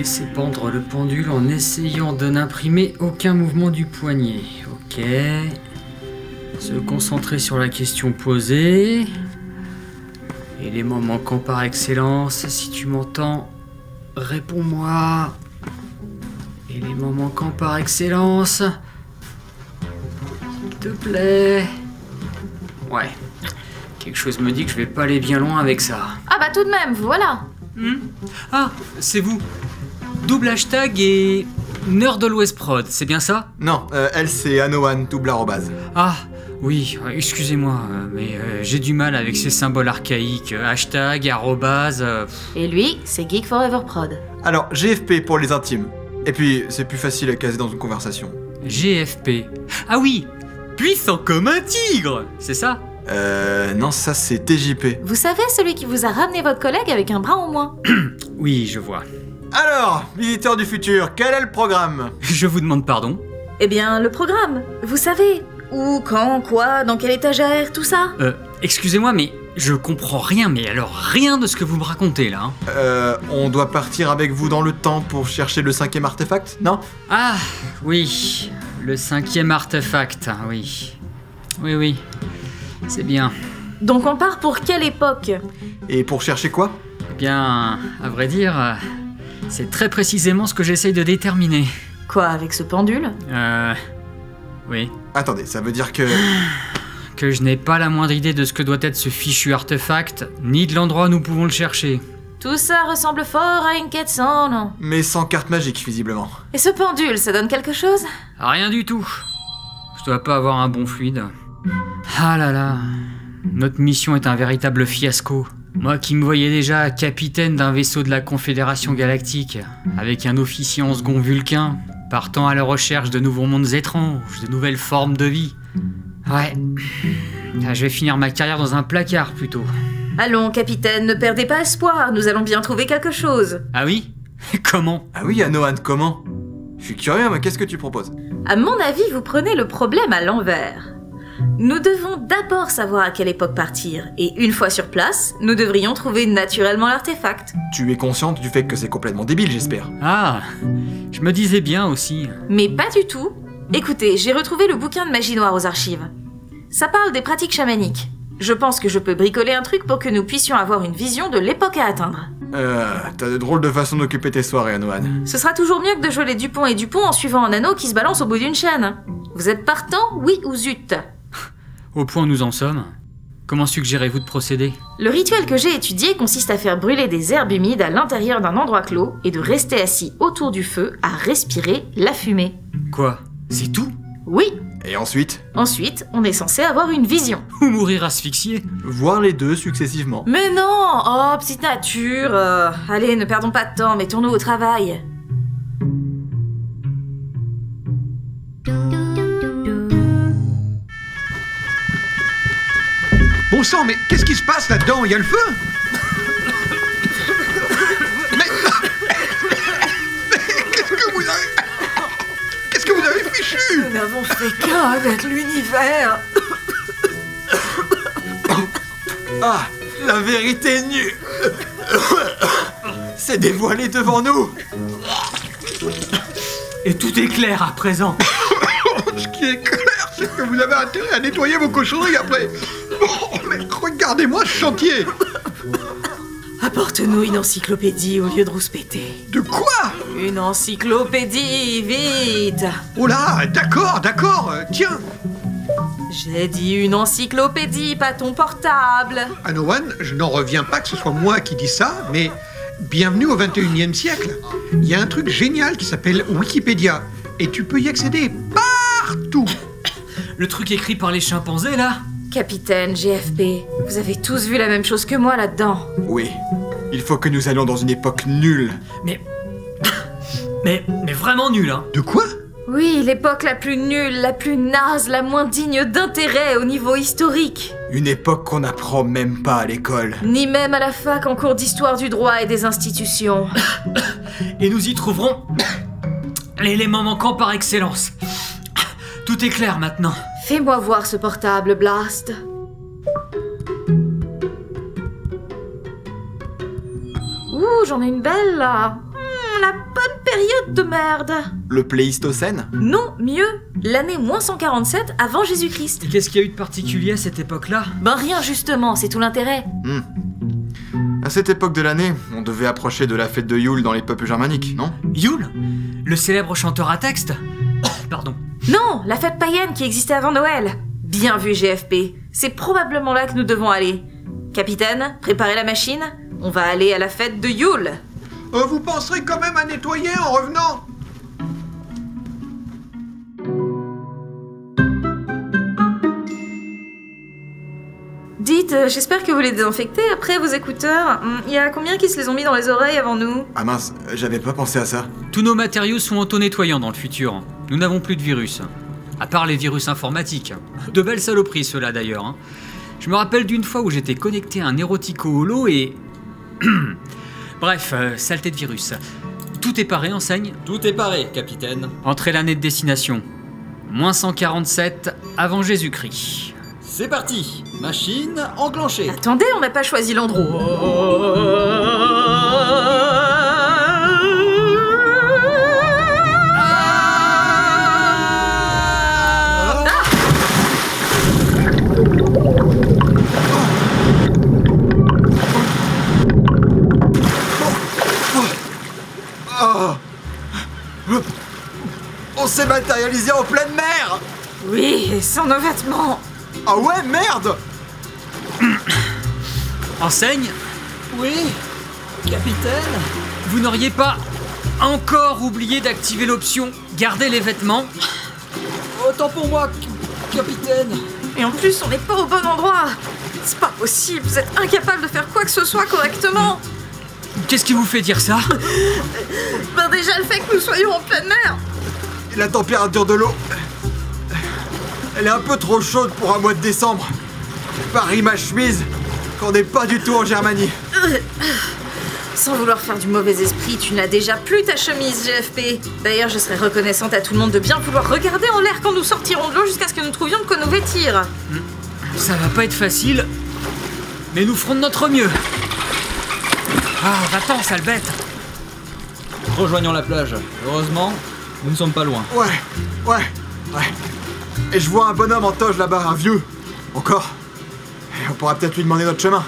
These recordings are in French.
laisser pendre le pendule en essayant de n'imprimer aucun mouvement du poignet. Ok. Se concentrer sur la question posée. Élément manquant par excellence, si tu m'entends, réponds-moi. Élément manquant par excellence. S'il te plaît. Ouais. Quelque chose me dit que je vais pas aller bien loin avec ça. Ah bah tout de même, voilà. Ah, c'est vous. Double hashtag et Nerd Prod, c'est bien ça? Non, elle c'est Anoan, double arrobase. Ah, oui, excusez-moi, mais j'ai du mal avec ces symboles archaïques. Hashtag, arrobase... Et lui, c'est Geek Forever Prod. Alors, GFP pour les intimes. Et puis, c'est plus facile à caser dans une conversation. GFP. Ah oui, puissant comme un tigre, c'est ça? Non, ça c'est TJP. Vous savez, celui qui vous a ramené votre collègue avec un bras en moins. Oui, je vois. Alors, visiteurs du futur, quel est le programme? Je vous demande pardon. Eh bien, le programme, vous savez. Où, quand, quoi, dans quelle étagère, tout ça. Excusez-moi, mais je comprends rien, mais alors rien de ce que vous me racontez là. On doit partir avec vous dans le temps pour chercher le 5e artefact, non? Ah, oui, le 5e artefact, oui. Oui, c'est bien. Donc on part pour quelle époque? Et pour chercher quoi? Eh bien, à vrai dire, c'est très précisément ce que j'essaye de déterminer. Quoi, avec ce pendule? Oui. Attendez, ça veut dire que... Que je n'ai pas la moindre idée de ce que doit être ce fichu artefact, ni de l'endroit où nous pouvons le chercher. Tout ça ressemble fort à une quête sans nom. Mais sans carte magique, visiblement. Et ce pendule, ça donne quelque chose? Rien du tout. Je dois pas avoir un bon fluide. Ah là là. Notre mission est un véritable fiasco. Moi qui me voyais déjà capitaine d'un vaisseau de la Confédération Galactique, avec un officier en second vulcain, partant à la recherche de nouveaux mondes étranges, de nouvelles formes de vie. Ouais. Je vais finir ma carrière dans un placard plutôt. Allons, capitaine, ne perdez pas espoir, nous allons bien trouver quelque chose. Ah oui? Comment? Ah oui, Anoan, comment? Je suis curieux, mais qu'est-ce que tu proposes? À mon avis, vous prenez le problème à l'envers. Nous devons d'abord savoir à quelle époque partir, et une fois sur place, nous devrions trouver naturellement l'artefact. Tu es consciente du fait que c'est complètement débile, j'espère. Ah, je me disais bien aussi. Mais pas du tout. Écoutez, j'ai retrouvé le bouquin de magie noire aux archives. Ça parle des pratiques chamaniques. Je pense que je peux bricoler un truc pour que nous puissions avoir une vision de l'époque à atteindre. T'as de drôles de façons d'occuper tes soirées, Anoan. Ce sera toujours mieux que de jouer les Dupont et Dupont en suivant un anneau qui se balance au bout d'une chaîne. Vous êtes partant, oui ou zut? Au point où nous en sommes, comment suggérez-vous de procéder? Le rituel que j'ai étudié consiste à faire brûler des herbes humides à l'intérieur d'un endroit clos et de rester assis autour du feu à respirer la fumée. Quoi? C'est tout? Oui. Et ensuite? Ensuite, on est censé avoir une vision. Ou mourir asphyxié? Voir les deux successivement. Mais non! Oh, petite nature. Allez, ne perdons pas de temps, mettons-nous au travail. Bon sang, mais qu'est-ce qui se passe là-dedans? Il y a le feu? Mais qu'est-ce que vous avez fichu? Nous n'avons fait qu'un avec l'univers. Ah, la vérité nue s'est dévoilée devant nous. Et tout est clair à présent. Ce qui est clair, c'est que vous avez intérêt à nettoyer vos cochonneries après. Oh, mais regardez-moi ce chantier. Apporte-nous une encyclopédie au lieu de rouspéter. De quoi? Une encyclopédie, vite! Oh là, d'accord, tiens. J'ai dit une encyclopédie, pas ton portable. Anoan, je n'en reviens pas que ce soit moi qui dis ça, mais bienvenue au 21e siècle. Il y a un truc génial qui s'appelle Wikipédia, et tu peux y accéder partout. Le truc écrit par les chimpanzés, là? Capitaine GFP, vous avez tous vu la même chose que moi là-dedans. Oui, il faut que nous allions dans une époque nulle. Mais vraiment nul, hein? De quoi? Oui, l'époque la plus nulle, la plus naze, la moins digne d'intérêt au niveau historique. Une époque qu'on n'apprend même pas à l'école. Ni même à la fac en cours d'histoire du droit et des institutions. Et nous y trouverons l'élément manquant par excellence. Tout est clair maintenant. Fais-moi voir ce portable, Blast. Ouh, j'en ai une belle là. La bonne période de merde. Le Pléistocène? Non, mieux, l'année -147 avant Jésus-Christ. Et qu'est-ce qu'il y a eu de particulier à cette époque-là? Ben rien justement, c'est tout l'intérêt. À cette époque de l'année, on devait approcher de la fête de Yule dans les peuples germaniques, non? Yule? Le célèbre chanteur à texte? Pardon. Non, la fête païenne qui existait avant Noël. Bien vu GFP, c'est probablement là que nous devons aller. Capitaine, préparez la machine, on va aller à la fête de Yule. Vous penserez quand même à nettoyer en revenant. Dites, j'espère que vous les désinfectez après vos écouteurs. Il y a combien qui se les ont mis dans les oreilles avant nous? Ah mince, j'avais pas pensé à ça. Tous nos matériaux sont auto-nettoyants dans le futur. Nous n'avons plus de virus. À part les virus informatiques. De belles saloperies ceux-là d'ailleurs. Hein. Je me rappelle d'une fois où j'étais connecté à un érotico-holo et... Bref, saleté de virus. Tout est paré, enseigne? Tout est paré, capitaine. Entrez l'année de destination. -147 avant Jésus-Christ. C'est parti. Machine enclenchée. Attendez, on n'a pas choisi l'endroit. On s'est matérialisé en pleine mer! Oui, sans nos vêtements. Ah ouais, merde! Enseigne, Oui, capitaine. vous n'auriez pas encore oublié d'activer l'option « Garder les vêtements » Autant pour moi, capitaine. Et en plus, on n'est pas au bon endroit. C'est pas possible, vous êtes incapable de faire quoi que ce soit correctement. Qu'est-ce qui vous fait dire ça? Ben déjà le fait que nous soyons en pleine mer. Et la température de l'eau... Elle est un peu trop chaude pour un mois de décembre. Paris ma chemise, qu'on n'est pas du tout en Germanie. Sans vouloir faire du mauvais esprit, tu n'as déjà plus ta chemise, GFP. D'ailleurs, je serais reconnaissante à tout le monde de bien vouloir regarder en l'air quand nous sortirons de l'eau jusqu'à ce que nous trouvions de quoi nous vêtir. Ça va pas être facile, mais nous ferons de notre mieux. Ah, va-t'en, sale bête. Rejoignons la plage. Heureusement, nous ne sommes pas loin. Ouais. Et je vois un bonhomme en toge là-bas, un vieux. Encore. Et on pourra peut-être lui demander notre chemin.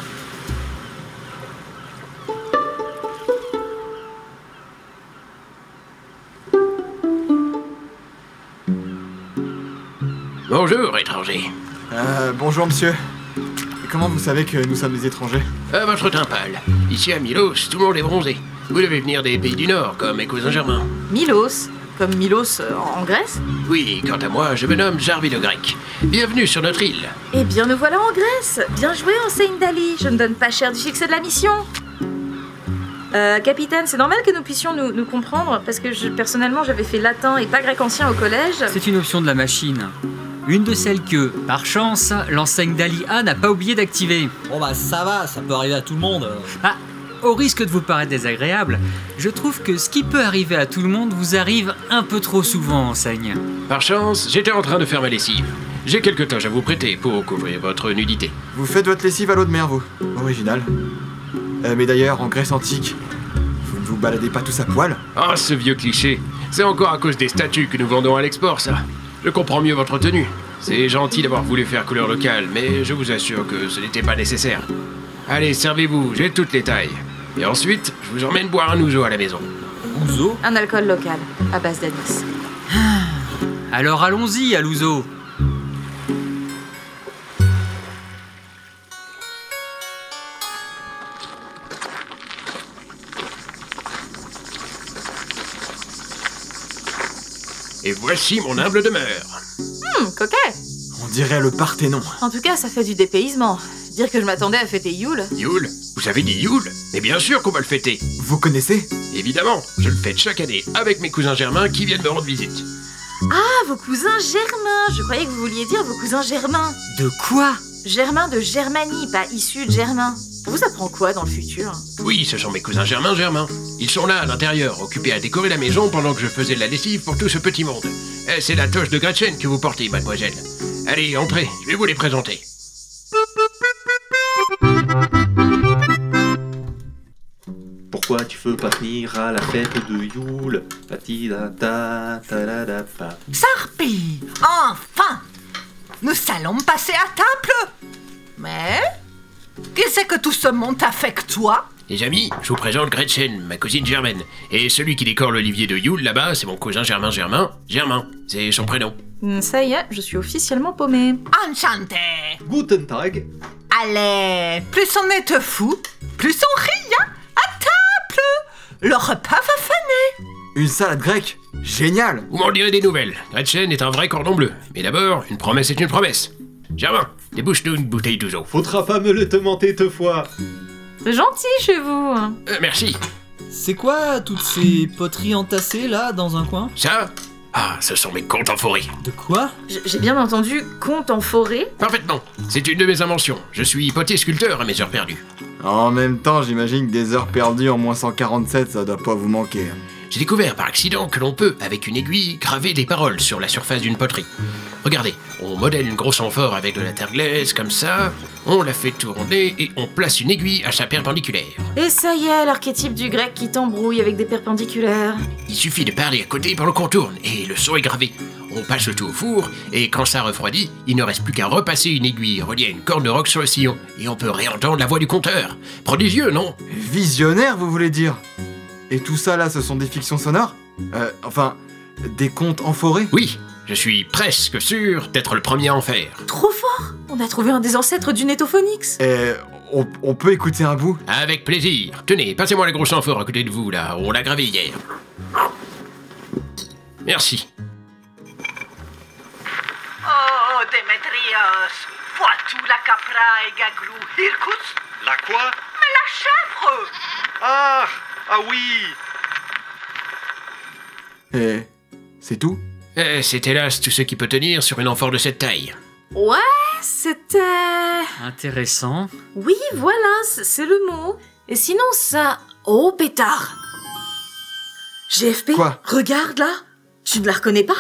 Bonjour, étranger. Bonjour monsieur. Et comment vous savez que nous sommes des étrangers? Votre teint pâle. Ici à Milos, tout le monde est bronzé. Vous devez venir des pays du Nord, comme mes cousins germains. Milos. Comme Milos en Grèce? Oui, quant à moi, je me nomme Jarvis le Grec. Bienvenue sur notre île. Eh bien, nous voilà en Grèce. Bien joué, enseigne Dali. Je ne donne pas cher du succès de la mission. Capitaine, c'est normal que nous puissions nous comprendre, parce que personnellement, j'avais fait latin et pas grec ancien au collège. C'est une option de la machine. Une de celles que, par chance, l'enseigne d'Ali-A n'a pas oublié d'activer. Bon bah ça va, ça peut arriver à tout le monde. Ah, au risque de vous paraître désagréable, je trouve que ce qui peut arriver à tout le monde vous arrive un peu trop souvent, enseigne. Par chance, j'étais en train de faire ma lessive. J'ai quelques toges à vous prêter pour couvrir votre nudité. Vous faites votre lessive à l'eau de mer, vous. Original. Mais d'ailleurs, en Grèce antique, vous ne vous baladez pas tous à poil? Ah, ce vieux cliché. C'est encore à cause des statues que nous vendons à l'export, ça. Je comprends mieux votre tenue. C'est gentil d'avoir voulu faire couleur locale, mais je vous assure que ce n'était pas nécessaire. Allez, servez-vous, j'ai toutes les tailles. Et ensuite, je vous emmène boire un ouzo à la maison. Ouzo? Un alcool local, à base d'anis. Alors allons-y, à l'ouzo. Et voici mon humble demeure. Coquet. On dirait le Parthénon. En tout cas, ça fait du dépaysement. Dire que je m'attendais à fêter Yule. Yule? Vous avez dit Yule? Mais bien sûr qu'on va le fêter. Vous connaissez? Évidemment, je le fête chaque année avec mes cousins germains qui viennent me rendre visite. Ah, vos cousins germains. Je croyais que vous vouliez dire vos cousins germains. De quoi? Germains de Germanie, pas issus de Germain. On vous apprend quoi dans le futur? Oui, ce sont mes cousins germains. Ils sont là à l'intérieur, occupés à décorer la maison pendant que je faisais de la lessive pour tout ce petit monde. C'est la toche de Gretchen que vous portez, mademoiselle. Allez, entrez, je vais vous les présenter. Pourquoi pourquoi tu veux pas venir à la fête de Yule? Patidata-ta-da-da-pa. Zarbi, enfin! Nous allons passer à table. Mais qu'est-ce que tout ce monde a fait que toi? Les amis, je vous présente Gretchen, ma cousine Germaine. Et celui qui décore l'olivier de Yule là-bas, c'est mon cousin Germain. Germain, c'est son prénom. Ça y est, je suis officiellement paumée. Enchanté. Guten Tag. Allez, plus on est de fous, plus on rit, hein? À table. Le repas va faner. Une salade grecque? Génial! Vous m'en direz des nouvelles. Gretchen est un vrai cordon bleu. Mais d'abord, une promesse est une promesse. Germain, débouche-nous une bouteille d'ouzo. Faudra pas me le demander deux fois. C'est gentil chez vous. Merci. C'est quoi toutes ces poteries entassées là dans un coin? Ça? Ah, ce sont mes contes en forêt. De quoi? J'ai bien entendu conte en forêt. Parfaitement. C'est une de mes inventions. Je suis potier sculpteur à mes heures perdues. En même temps, j'imagine que des heures perdues en moins 147, ça doit pas vous manquer. J'ai découvert par accident que l'on peut, avec une aiguille, graver des paroles sur la surface d'une poterie. Regardez, on modèle une grosse amphore avec de la terre glaise, comme ça, on la fait tourner et on place une aiguille à sa perpendiculaire. Et ça y est, l'archétype du grec qui t'embrouille avec des perpendiculaires. Il suffit de parler à côté pour le contourne, et le son est gravé. On passe le tout au four, et quand ça refroidit, il ne reste plus qu'à repasser une aiguille reliée à une corde de rock sur le sillon, et on peut réentendre la voix du conteur. Prodigieux, non? Visionnaire, vous voulez dire? Et tout ça là, ce sont des fictions sonores? Enfin, des contes en forêt? Oui, je suis presque sûr d'être le premier à en faire. Trop fort! On a trouvé un des ancêtres du Netophonix. On peut écouter un bout? Avec plaisir. Tenez, passez-moi la grosse amphore à côté de vous, là, on l'a gravé hier. Merci. Oh, Démétrios, vois-tu la capra et gaglou hirkus? La quoi? Mais la chèvre! Ah oui. Et c'est tout? C'est hélas tout ce qui peut tenir sur une amphore de cette taille. Ouais, c'était... Intéressant. Oui, voilà, c'est le mot. Et sinon ça... Oh, pétard! GFP, Quoi? regarde là. Tu ne la reconnais pas?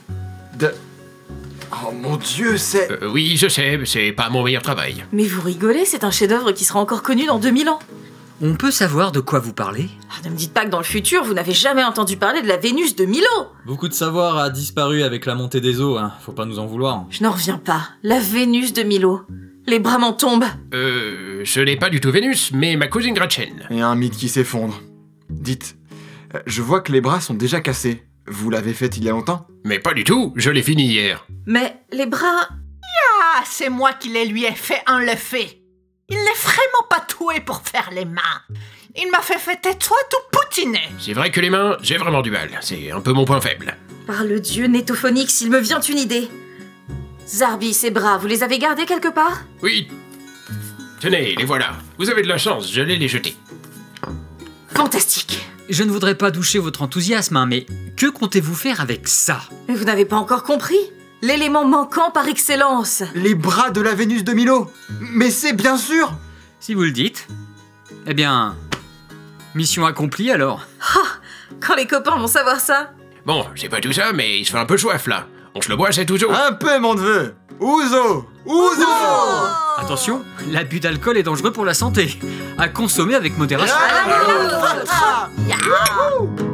Oh mon dieu, c'est... Oui, je sais, mais c'est pas mon meilleur travail. Mais vous rigolez, c'est un chef-d'œuvre qui sera encore connu dans 2000 ans. On peut savoir de quoi vous parlez? Ah, ne me dites pas que dans le futur, vous n'avez jamais entendu parler de la Vénus de Milo. Beaucoup de savoir a disparu avec la montée des eaux, hein. Faut pas nous en vouloir. Je n'en reviens pas. La Vénus de Milo. Les bras m'en tombent. Ce n'est pas du tout Vénus, mais ma cousine Gretchen. Et un mythe qui s'effondre. Dites, je vois que les bras sont déjà cassés. Vous l'avez fait il y a longtemps? Mais pas du tout, je l'ai fini hier. Mais les bras... Ah, c'est moi qui les lui ai fait enlever. Il n'est vraiment pas doué pour faire les mains. Il m'a fait fêter toi tout poutiné. C'est vrai que les mains, j'ai vraiment du mal. C'est un peu mon point faible. Par le dieu Netophonix, il me vient une idée. Zarbi, ses bras, vous les avez gardés quelque part? Oui. Tenez, les voilà. Vous avez de la chance, j'allais les jeter. Fantastique. Je ne voudrais pas doucher votre enthousiasme, hein, mais que comptez-vous faire avec ça? Mais vous n'avez pas encore compris? L'élément manquant par excellence. Les bras de la Vénus de Milo! Mais c'est bien sûr! Si vous le dites. Eh bien... Mission accomplie alors. Quand les copains vont savoir ça. Bon, c'est pas tout ça, mais il se fait un peu soif là. On se le boit, cet ouzo. Un peu, mon neveu! Ouzo! Ouzo! Attention, l'abus d'alcool est dangereux pour la santé. À consommer avec modération. Ah,